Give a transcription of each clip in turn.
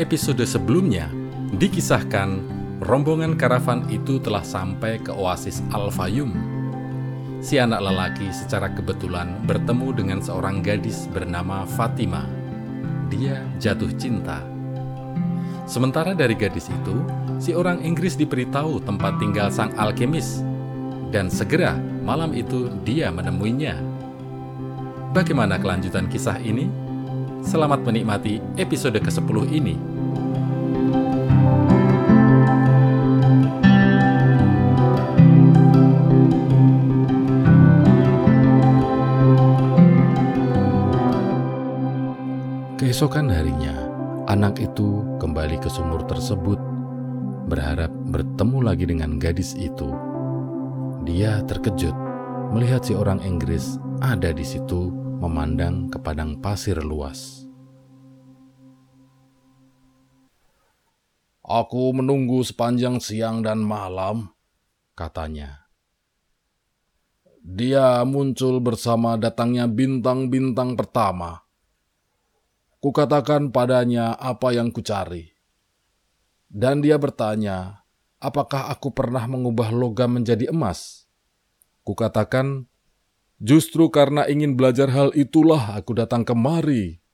episode sebelumnya, dikisahkan rombongan karavan itu telah sampai ke oasis Al-Fayum. Si anak lelaki secara kebetulan bertemu dengan seorang gadis bernama Fatima. Dia jatuh cinta. Sementara dari gadis itu, si orang Inggris diberitahu tempat tinggal sang alkemis. Dan segera malam itu dia menemuinya. Bagaimana kelanjutan kisah ini? Selamat menikmati episode ke-10 ini. Keesokan harinya, anak itu kembali ke sumur tersebut, berharap bertemu lagi dengan gadis itu. Dia terkejut melihat si orang Inggris ada di situ memandang ke padang pasir luas. "Aku menunggu sepanjang siang dan malam," katanya. "Dia muncul bersama datangnya bintang-bintang pertama. Kukatakan padanya apa yang kucari. Dan dia bertanya, apakah aku pernah mengubah logam menjadi emas? Kukatakan, justru karena ingin belajar hal itulah aku datang kemari.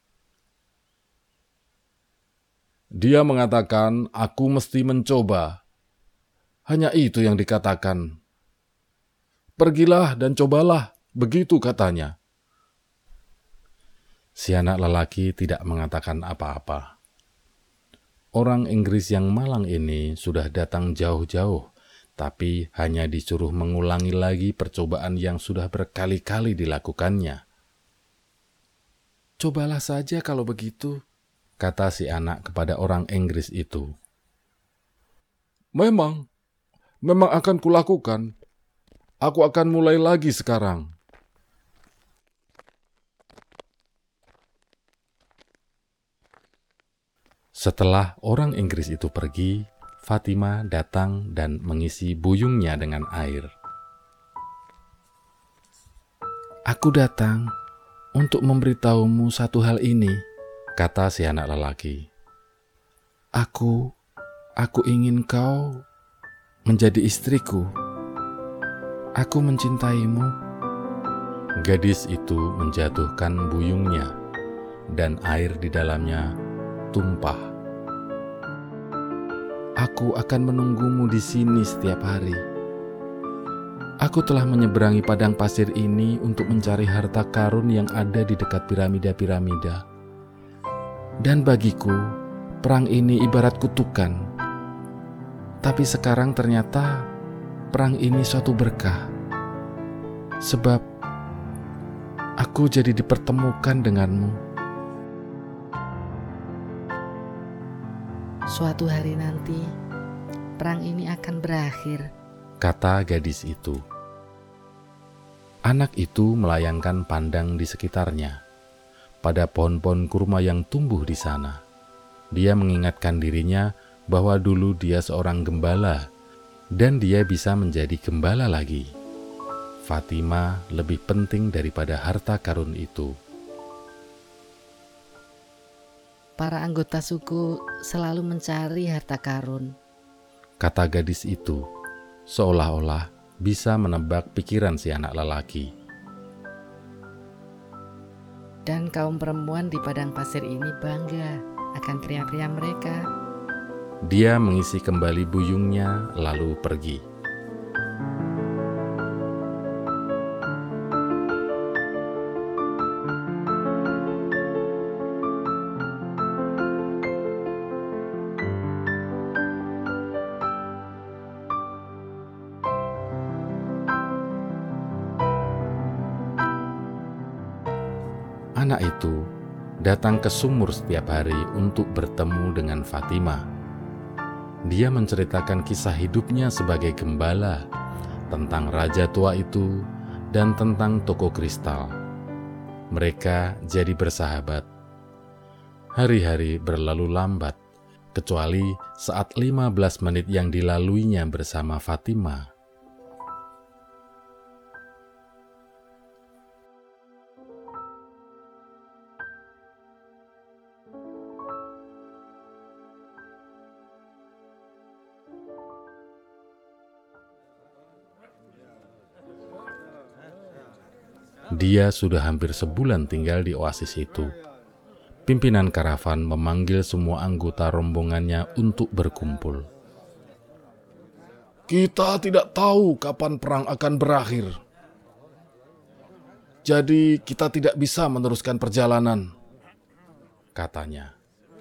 Dia mengatakan aku mesti mencoba. Hanya itu yang dikatakan. Pergilah dan cobalah, begitu katanya." Si anak lelaki tidak mengatakan apa-apa. Orang Inggris yang malang ini sudah datang jauh-jauh, tapi hanya disuruh mengulangi lagi percobaan yang sudah berkali-kali dilakukannya. "Cobalah saja kalau begitu," kata si anak kepada orang Inggris itu. Memang akan kulakukan. Aku akan mulai lagi sekarang." Setelah orang Inggris itu pergi, Fatima datang dan mengisi buyungnya dengan air. "Aku datang untuk memberitahumu satu hal ini," kata si anak lelaki. Aku ingin kau menjadi istriku. Aku mencintaimu." Gadis itu menjatuhkan buyungnya, dan air di dalamnya tumpah. "Aku akan menunggumu di sini setiap hari. Aku telah menyeberangi padang pasir ini untuk mencari harta karun yang ada di dekat piramida-piramida. Dan bagiku, perang ini ibarat kutukan. Tapi sekarang ternyata perang ini suatu berkah. Sebab aku jadi dipertemukan denganmu. Suatu hari nanti, perang ini akan berakhir," kata gadis itu. Anak itu melayangkan pandang di sekitarnya, pada pohon-pohon kurma yang tumbuh di sana. Dia mengingatkan dirinya bahwa dulu dia seorang gembala, dan dia bisa menjadi gembala lagi. Fatima lebih penting daripada harta karun itu. "Para anggota suku selalu mencari harta karun," kata gadis itu, seolah-olah bisa menebak pikiran si anak lelaki. "Dan kaum perempuan di padang pasir ini bangga akan pria-pria mereka." Dia mengisi kembali buyungnya lalu pergi. Anak itu datang ke sumur setiap hari untuk bertemu dengan Fatima. Dia menceritakan kisah hidupnya sebagai gembala, tentang raja tua itu, dan tentang toko kristal. Mereka jadi bersahabat. Hari-hari berlalu lambat, kecuali saat 15 menit yang dilaluinya bersama Fatima. Dia sudah hampir sebulan tinggal di oasis itu. Pimpinan karavan memanggil semua anggota rombongannya untuk berkumpul. Kita tidak tahu kapan perang akan berakhir. Jadi kita tidak bisa meneruskan perjalanan, katanya.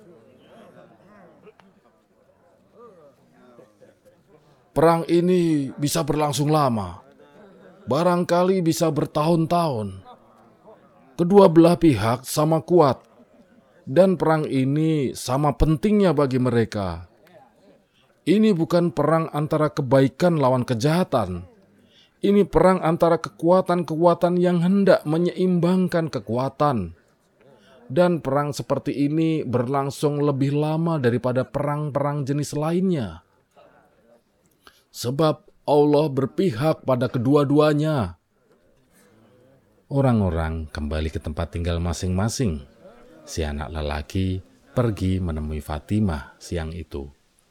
Perang ini bisa berlangsung lama. Barangkali bisa bertahun-tahun. Kedua belah pihak sama kuat. Dan perang ini sama pentingnya bagi mereka. Ini bukan perang antara kebaikan lawan kejahatan. Ini perang antara kekuatan-kekuatan yang hendak menyeimbangkan kekuatan. Dan perang seperti ini berlangsung lebih lama daripada perang-perang jenis lainnya. Sebab Allah berpihak pada kedua-duanya. Orang-orang kembali ke tempat tinggal masing-masing. Si anak lelaki pergi menemui Fatimah siang itu.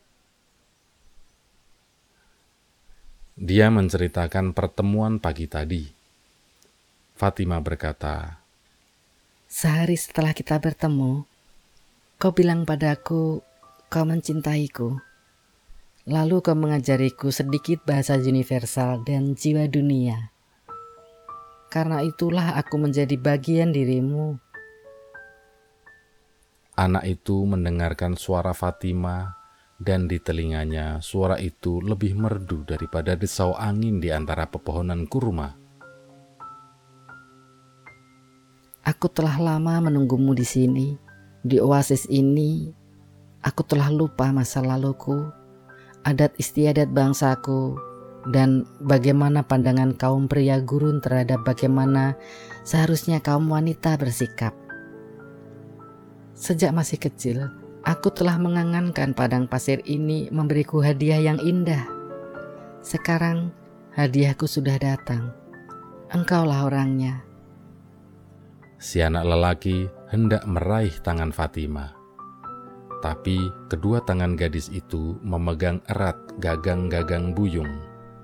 Dia menceritakan pertemuan pagi tadi. Fatimah berkata, Sehari setelah kita bertemu, kau bilang padaku kau mencintaiku. Lalu kau mengajariku sedikit bahasa universal dan jiwa dunia. Karena itulah aku menjadi bagian dirimu. Anak itu mendengarkan suara Fatimah dan di telinganya suara itu lebih merdu daripada desau angin di antara pepohonan kurma. Aku telah lama menunggumu di sini, di oasis ini. Aku telah lupa masa laluku, adat istiadat bangsaku, dan bagaimana pandangan kaum pria gurun terhadap bagaimana seharusnya kaum wanita bersikap. Sejak masih kecil, aku telah mengangankan padang pasir ini memberiku hadiah yang indah. Sekarang hadiahku sudah datang. Engkaulah orangnya. Si anak lelaki hendak meraih tangan Fatimah. Tapi kedua tangan gadis itu memegang erat gagang-gagang buyung.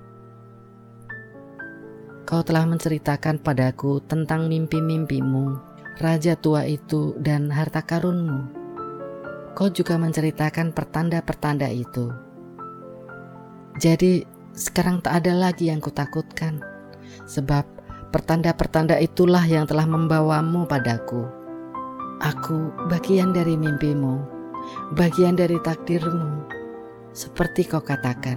Kau telah menceritakan padaku tentang mimpi-mimpimu, raja tua itu dan harta karunmu. Kau juga menceritakan pertanda-pertanda itu. Jadi sekarang tak ada lagi yang kutakutkan, sebab pertanda-pertanda itulah yang telah membawamu padaku. Aku bagian dari mimpimu, bagian dari takdirmu, seperti kau katakan.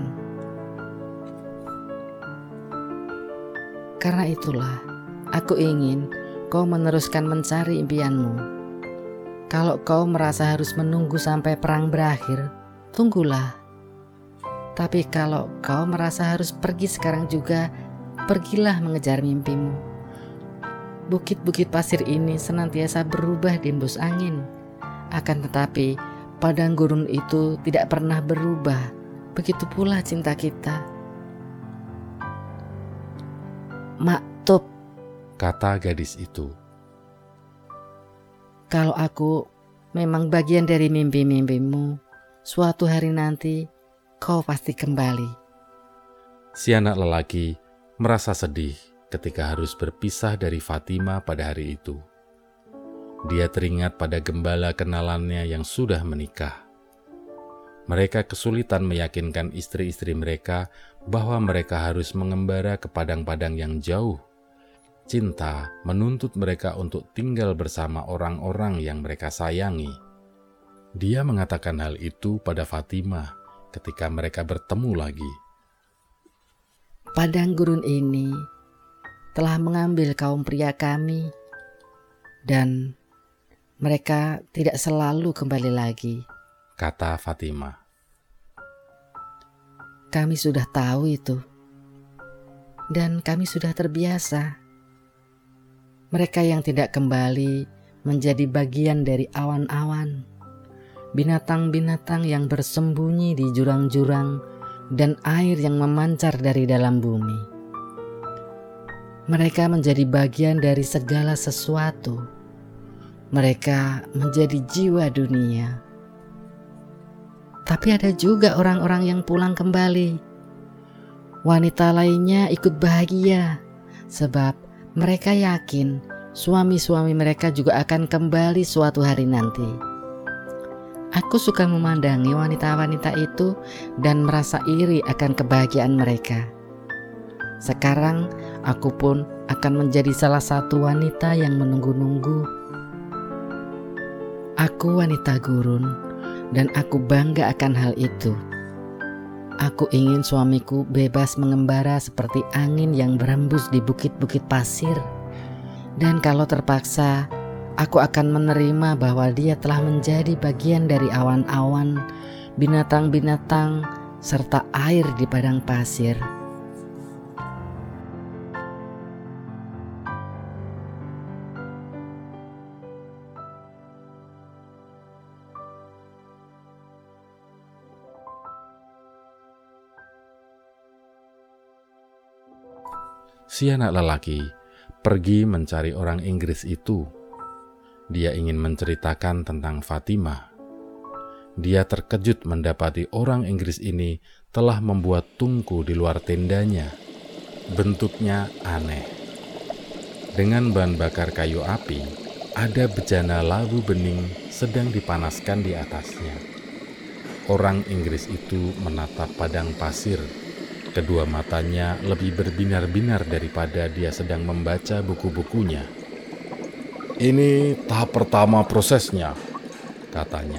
Karena itulah aku ingin kau meneruskan mencari impianmu. Kalau kau merasa harus menunggu sampai perang berakhir, tunggulah. Tapi kalau kau merasa harus pergi sekarang juga, pergilah mengejar mimpimu. Bukit-bukit pasir ini senantiasa berubah di embus angin. Akan tetapi, padang gurun itu tidak pernah berubah. Begitu pula cinta kita. Maktub, kata gadis itu. Kalau aku memang bagian dari mimpi-mimpimu, suatu hari nanti kau pasti kembali. Si anak lelaki merasa sedih ketika harus berpisah dari Fatimah pada hari itu. Dia teringat pada gembala kenalannya yang sudah menikah. Mereka kesulitan meyakinkan istri-istri mereka bahwa mereka harus mengembara ke padang-padang yang jauh. Cinta menuntut mereka untuk tinggal bersama orang-orang yang mereka sayangi. Dia mengatakan hal itu pada Fatimah ketika mereka bertemu lagi. Padang gurun ini telah mengambil kaum pria kami, dan mereka tidak selalu kembali lagi, kata Fatimah. Kami sudah tahu itu, dan kami sudah terbiasa. Mereka yang tidak kembali menjadi bagian dari awan-awan, binatang-binatang yang bersembunyi di jurang-jurang dan air yang memancar dari dalam bumi. Mereka menjadi bagian dari segala sesuatu. Mereka menjadi jiwa dunia. Tapi ada juga orang-orang yang pulang kembali. Wanita lainnya ikut bahagia, sebab Mereka yakin suami-suami mereka juga akan kembali suatu hari nanti. Aku suka memandangi wanita-wanita itu dan merasa iri akan kebahagiaan mereka. Sekarang aku pun akan menjadi salah satu wanita yang menunggu-nunggu. Aku wanita gurun dan aku bangga akan hal itu. Aku ingin suamiku bebas mengembara seperti angin yang berembus di bukit-bukit pasir. Dan kalau terpaksa, aku akan menerima bahwa dia telah menjadi bagian dari awan-awan, binatang-binatang, serta air di padang pasir. Si anak lelaki pergi mencari orang Inggris itu. Dia ingin menceritakan tentang Fatimah. Dia terkejut mendapati orang Inggris ini telah membuat tungku di luar tendanya. Bentuknya aneh. Dengan bahan bakar kayu api, ada bejana labu bening sedang dipanaskan di atasnya. Orang Inggris itu menatap padang pasir. Kedua matanya lebih berbinar-binar daripada dia sedang membaca buku-bukunya. Ini tahap pertama prosesnya, Katanya.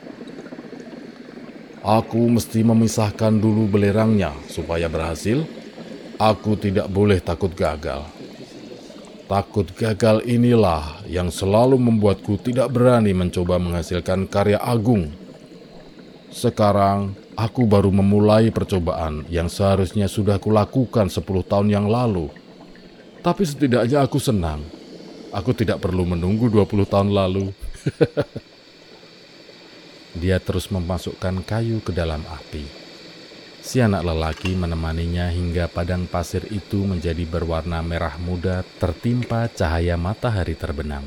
Aku mesti memisahkan dulu belerangnya supaya berhasil. Aku tidak boleh takut gagal. Takut gagal inilah yang selalu membuatku tidak berani mencoba menghasilkan karya agung. Sekarang, aku baru memulai percobaan yang seharusnya sudah kulakukan 10 tahun yang lalu. Tapi setidaknya aku senang. Aku tidak perlu menunggu 20 tahun lalu. Dia terus memasukkan kayu ke dalam api. Si anak lelaki menemaninya hingga padang pasir itu menjadi berwarna merah muda tertimpa cahaya matahari terbenam.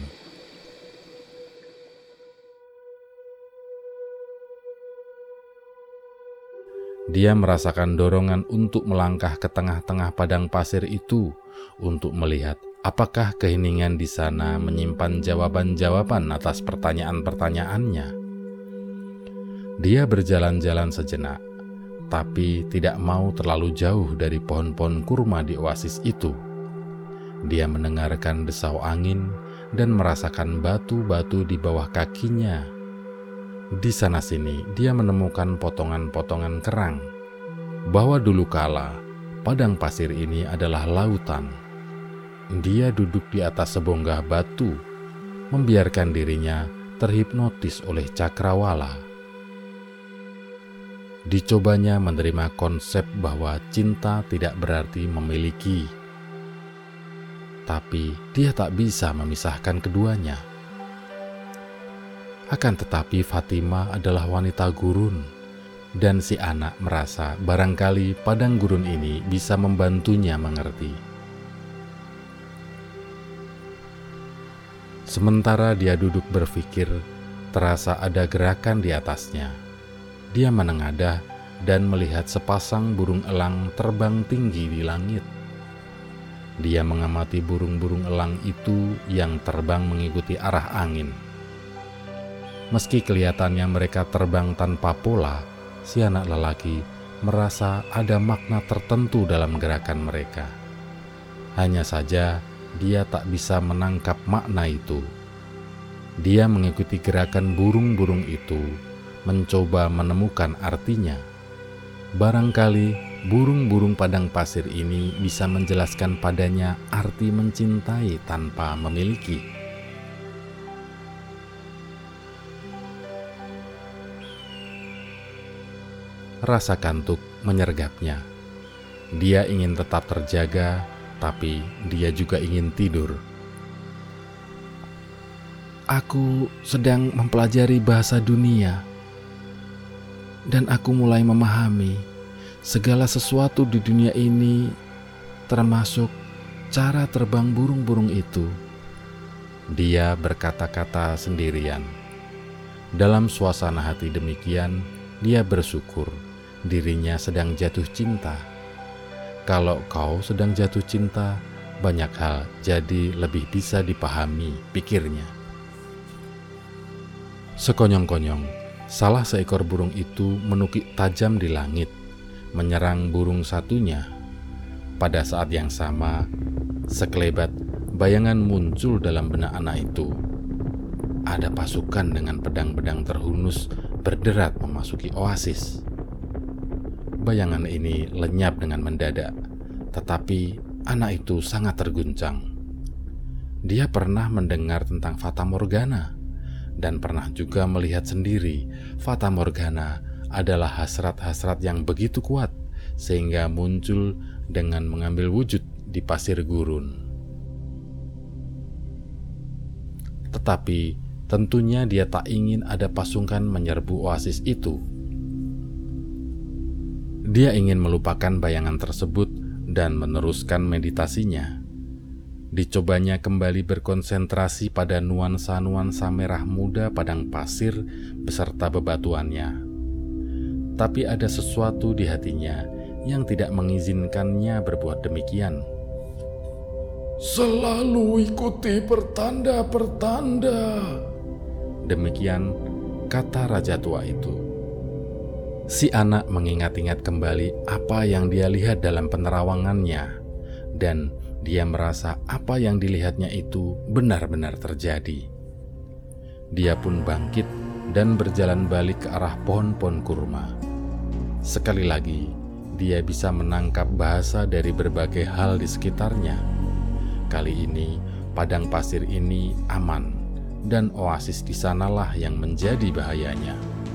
Dia merasakan dorongan untuk melangkah ke tengah-tengah padang pasir itu untuk melihat apakah keheningan di sana menyimpan jawaban-jawaban atas pertanyaan-pertanyaannya. Dia berjalan-jalan sejenak, tapi tidak mau terlalu jauh dari pohon-pohon kurma di oasis itu. Dia mendengarkan desau angin dan merasakan batu-batu di bawah kakinya. Di sana-sini dia menemukan potongan-potongan kerang, bahwa dulu kala padang pasir ini adalah lautan. Dia duduk di atas sebonggah batu, membiarkan dirinya terhipnotis oleh cakrawala. Dicobanya menerima konsep bahwa cinta tidak berarti memiliki, tapi dia tak bisa memisahkan keduanya. Akan tetapi Fatimah adalah wanita gurun, dan si anak merasa barangkali padang gurun ini bisa membantunya mengerti. Sementara dia duduk berpikir, terasa ada gerakan di atasnya. Dia menengadah dan melihat sepasang burung elang terbang tinggi di langit. Dia mengamati burung-burung elang itu yang terbang mengikuti arah angin. Meski kelihatannya mereka terbang tanpa pola, si anak lelaki merasa ada makna tertentu dalam gerakan mereka. Hanya saja dia tak bisa menangkap makna itu. Dia mengikuti gerakan burung-burung itu, mencoba menemukan artinya. Barangkali burung-burung padang pasir ini bisa menjelaskan padanya arti mencintai tanpa memiliki. Rasa kantuk menyergapnya. Dia ingin tetap terjaga, tapi dia juga ingin tidur. Aku sedang mempelajari bahasa dunia, dan aku mulai memahami segala sesuatu di dunia ini, termasuk cara terbang burung-burung itu. Dia berkata-kata sendirian. Dalam suasana hati demikian, dia bersyukur dirinya sedang jatuh cinta. Kalau kau sedang jatuh cinta, banyak hal jadi lebih bisa dipahami, pikirnya. Sekonyong-konyong, salah seekor burung itu menukik tajam di langit, menyerang burung satunya. Pada saat yang sama, sekelebat bayangan muncul dalam benak anak itu. Ada pasukan dengan pedang-pedang terhunus berderat memasuki oasis. Bayangan ini lenyap dengan mendadak, tetapi anak itu sangat terguncang. Dia pernah mendengar tentang Fata Morgana dan pernah juga melihat sendiri Fata Morgana adalah hasrat-hasrat yang begitu kuat sehingga muncul dengan mengambil wujud di pasir gurun. Tetapi tentunya dia tak ingin ada pasukan menyerbu oasis itu. Dia ingin melupakan bayangan tersebut dan meneruskan meditasinya. Dicobanya kembali berkonsentrasi pada nuansa-nuansa merah muda padang pasir beserta bebatuannya. Tapi ada sesuatu di hatinya yang tidak mengizinkannya berbuat demikian. Selalu ikuti pertanda-pertanda. Demikian kata raja tua itu. Si anak mengingat-ingat kembali apa yang dia lihat dalam penerawangannya, dan dia merasa apa yang dilihatnya itu benar-benar terjadi. Dia pun bangkit dan berjalan balik ke arah pohon-pohon kurma. Sekali lagi, dia bisa menangkap bahasa dari berbagai hal di sekitarnya. Kali ini, padang pasir ini aman, dan oasis di sanalah yang menjadi bahayanya.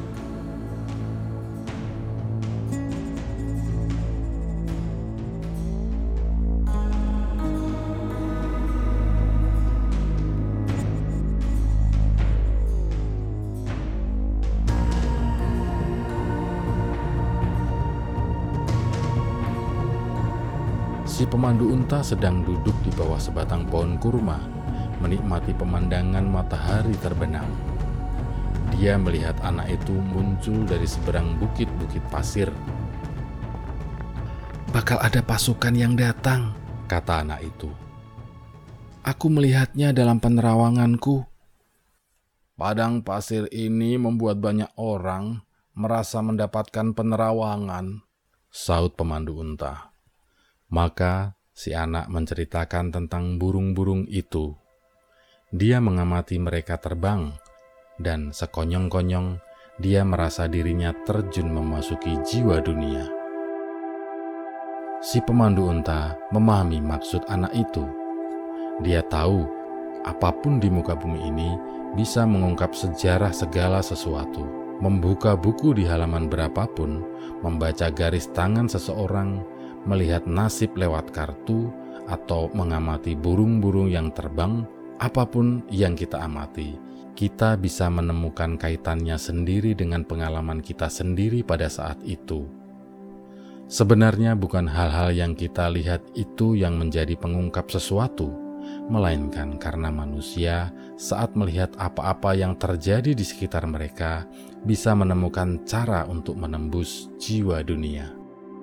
Si pemandu unta sedang duduk di bawah sebatang pohon kurma, menikmati pemandangan matahari terbenam. Dia melihat anak itu muncul dari seberang bukit-bukit pasir. "Bakal ada pasukan yang datang," kata anak itu. "Aku melihatnya dalam penerawanganku." Padang pasir ini membuat banyak orang merasa mendapatkan penerawangan, saut pemandu unta. Maka si anak menceritakan tentang burung-burung itu. Dia mengamati mereka terbang, dan sekonyong-konyong dia merasa dirinya terjun memasuki jiwa dunia. Si pemandu unta memahami maksud anak itu. Dia tahu apapun di muka bumi ini bisa mengungkap sejarah segala sesuatu. Membuka buku di halaman berapapun, membaca garis tangan seseorang, melihat nasib lewat kartu, atau mengamati burung-burung yang terbang, apapun yang kita amati, kita bisa menemukan kaitannya sendiri dengan pengalaman kita sendiri pada saat itu. Sebenarnya bukan hal-hal yang kita lihat itu yang menjadi pengungkap sesuatu, melainkan karena manusia saat melihat apa-apa yang terjadi di sekitar mereka bisa menemukan cara untuk menembus jiwa dunia.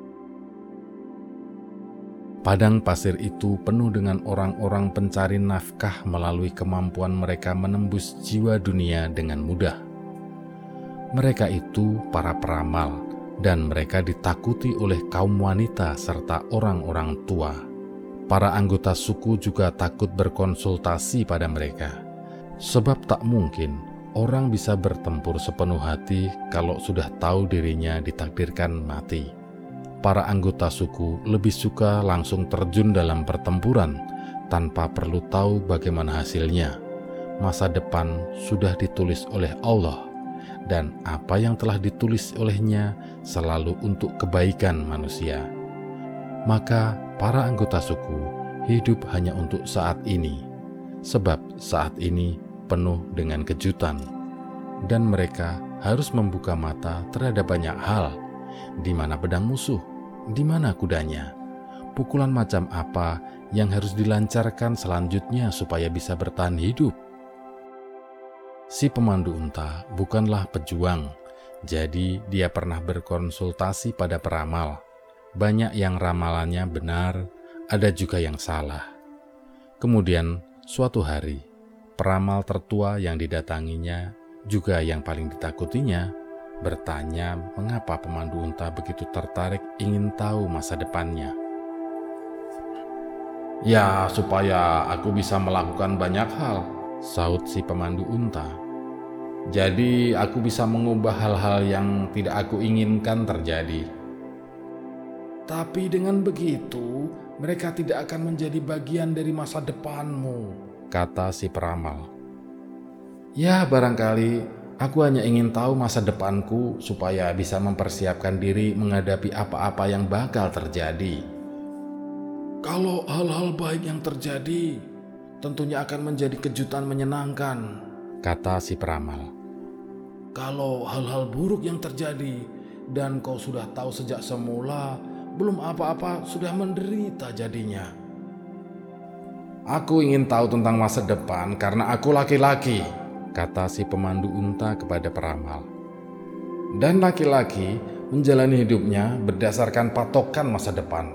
Padang pasir itu penuh dengan orang-orang pencari nafkah melalui kemampuan mereka menembus jiwa dunia dengan mudah. Mereka itu para peramal, dan mereka ditakuti oleh kaum wanita serta orang-orang tua. Para anggota suku juga takut berkonsultasi pada mereka, sebab tak mungkin orang bisa bertempur sepenuh hati kalau sudah tahu dirinya ditakdirkan mati. Para anggota suku lebih suka langsung terjun dalam pertempuran tanpa perlu tahu bagaimana hasilnya. Masa depan sudah ditulis oleh Allah, dan apa yang telah ditulis olehnya selalu untuk kebaikan manusia. Maka para anggota suku hidup hanya untuk saat ini, sebab saat ini penuh dengan kejutan, dan mereka harus membuka mata terhadap banyak hal. Di mana pedang musuh? Di mana kudanya? Pukulan macam apa yang harus dilancarkan selanjutnya supaya bisa bertahan hidup? Si pemandu unta bukanlah pejuang, jadi dia pernah berkonsultasi pada peramal. Banyak yang ramalannya benar, ada juga yang salah. Kemudian suatu hari, peramal tertua yang didatanginya, juga yang paling ditakutinya, bertanya mengapa pemandu unta begitu tertarik ingin tahu masa depannya. Ya, supaya aku bisa melakukan banyak hal, Sahut si pemandu unta. jadi aku bisa mengubah hal-hal yang tidak aku inginkan terjadi. Tapi dengan begitu, mereka tidak akan menjadi bagian dari masa depanmu, Kata si peramal. Ya, barangkali aku hanya ingin tahu masa depanku supaya bisa mempersiapkan diri menghadapi apa-apa yang bakal terjadi. Kalau hal-hal baik yang terjadi, tentunya akan menjadi kejutan menyenangkan. Kata si peramal. Kalau hal-hal buruk yang terjadi dan kau sudah tahu sejak semula, belum apa-apa sudah menderita jadinya. Aku ingin tahu tentang masa depan karena aku laki-laki, Kata si pemandu unta kepada peramal. dan laki-laki menjalani hidupnya berdasarkan patokan masa depan.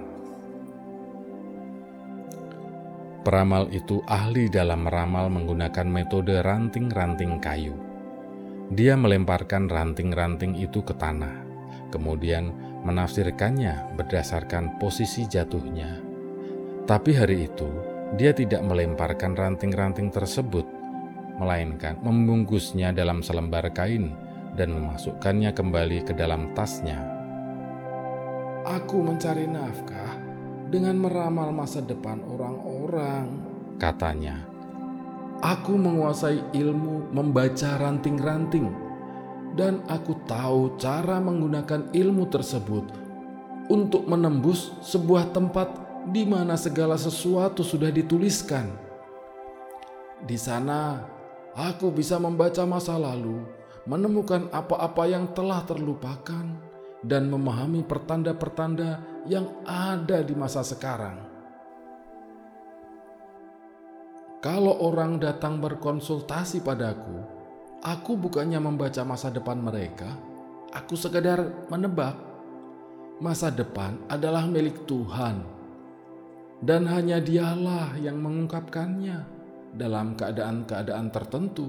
Peramal itu ahli dalam meramal menggunakan metode ranting-ranting kayu. Dia melemparkan ranting-ranting itu ke tanah, kemudian menafsirkannya berdasarkan posisi jatuhnya. Tapi hari itu, dia tidak melemparkan ranting-ranting tersebut, melainkan membungkusnya dalam selembar kain dan memasukkannya kembali ke dalam tasnya. Aku mencari nafkah dengan meramal masa depan orang-orang, Katanya. Aku menguasai ilmu membaca ranting-ranting, dan aku tahu cara menggunakan ilmu tersebut untuk menembus sebuah tempat di mana segala sesuatu sudah dituliskan. Di sana, aku bisa membaca masa lalu, menemukan apa-apa yang telah terlupakan, dan memahami pertanda-pertanda yang ada di masa sekarang. Kalau orang datang berkonsultasi padaku, aku bukannya membaca masa depan mereka, aku sekadar menebak. Masa depan adalah milik Tuhan, dan hanya Dialah yang mengungkapkannya dalam keadaan-keadaan tertentu.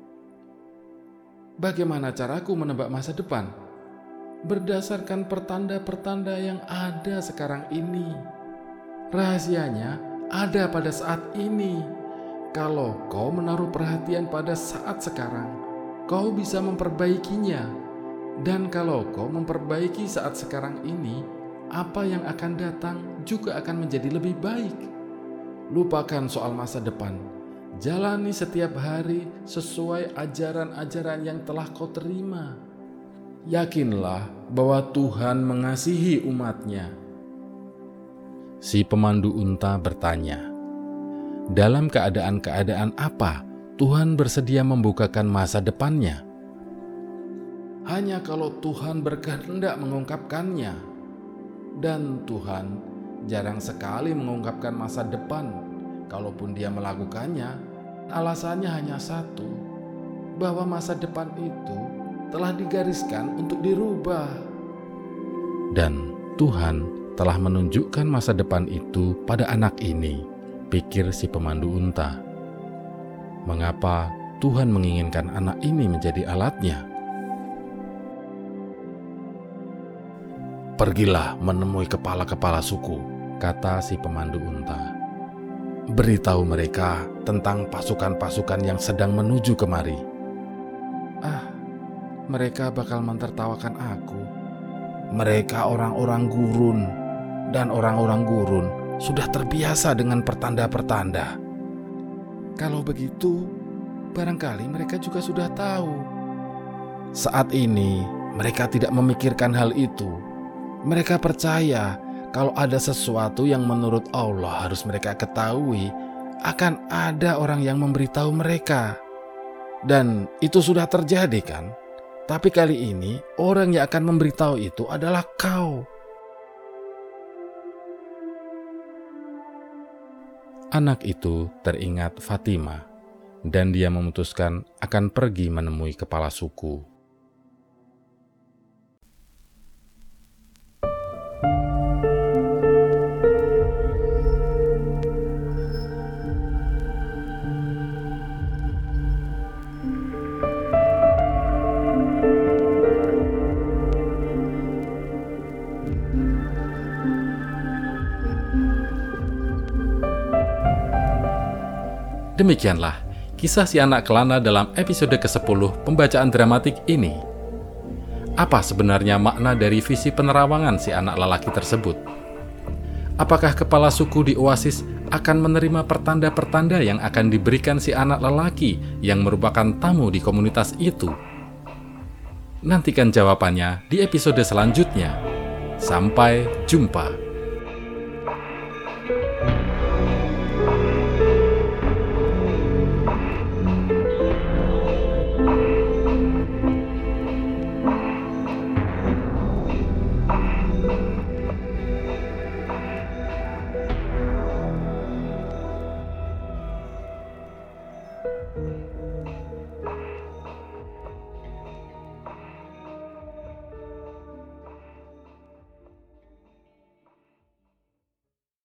Bagaimana caraku menebak masa depan? Berdasarkan pertanda-pertanda yang ada sekarang ini. Rahasianya ada pada saat ini. Kalau kau menaruh perhatian pada saat sekarang, kau bisa memperbaikinya. Dan kalau kau memperbaiki saat sekarang ini, apa yang akan datang juga akan menjadi lebih baik. Lupakan soal masa depan. Jalani setiap hari sesuai ajaran-ajaran yang telah kau terima. Yakinlah bahwa Tuhan mengasihi umat-Nya. Si pemandu unta bertanya, dalam keadaan-keadaan apa Tuhan bersedia membukakan masa depannya? Hanya kalau Tuhan berkehendak mengungkapkannya. Dan Tuhan jarang sekali mengungkapkan masa depan. Kalaupun Dia melakukannya, alasannya hanya satu, bahwa masa depan itu telah digariskan untuk dirubah. Dan Tuhan telah menunjukkan masa depan itu pada anak ini, pikir si pemandu unta. Mengapa Tuhan menginginkan anak ini menjadi alatnya? Pergilah menemui kepala-kepala suku, Kata si pemandu unta. Beritahu mereka tentang pasukan-pasukan yang sedang menuju kemari. Mereka bakal mentertawakan aku. Mereka orang-orang gurun, dan orang-orang gurun sudah terbiasa dengan pertanda-pertanda. Kalau begitu, barangkali mereka juga sudah tahu. Saat ini, mereka tidak memikirkan hal itu. Mereka percaya kalau ada sesuatu yang menurut Allah harus mereka ketahui, akan ada orang yang memberitahu mereka. Dan itu sudah terjadi, kan? Tapi kali ini, orang yang akan memberitahu itu adalah kau. Anak itu teringat Fatima, dan dia memutuskan akan pergi menemui kepala suku. Demikianlah kisah si anak kelana dalam episode ke-10 pembacaan dramatik ini. Apa sebenarnya makna dari visi penerawangan si anak lelaki tersebut? Apakah kepala suku di Oasis akan menerima pertanda-pertanda yang akan diberikan si anak lelaki yang merupakan tamu di komunitas itu? Nantikan jawabannya di episode selanjutnya. Sampai jumpa. Thank you.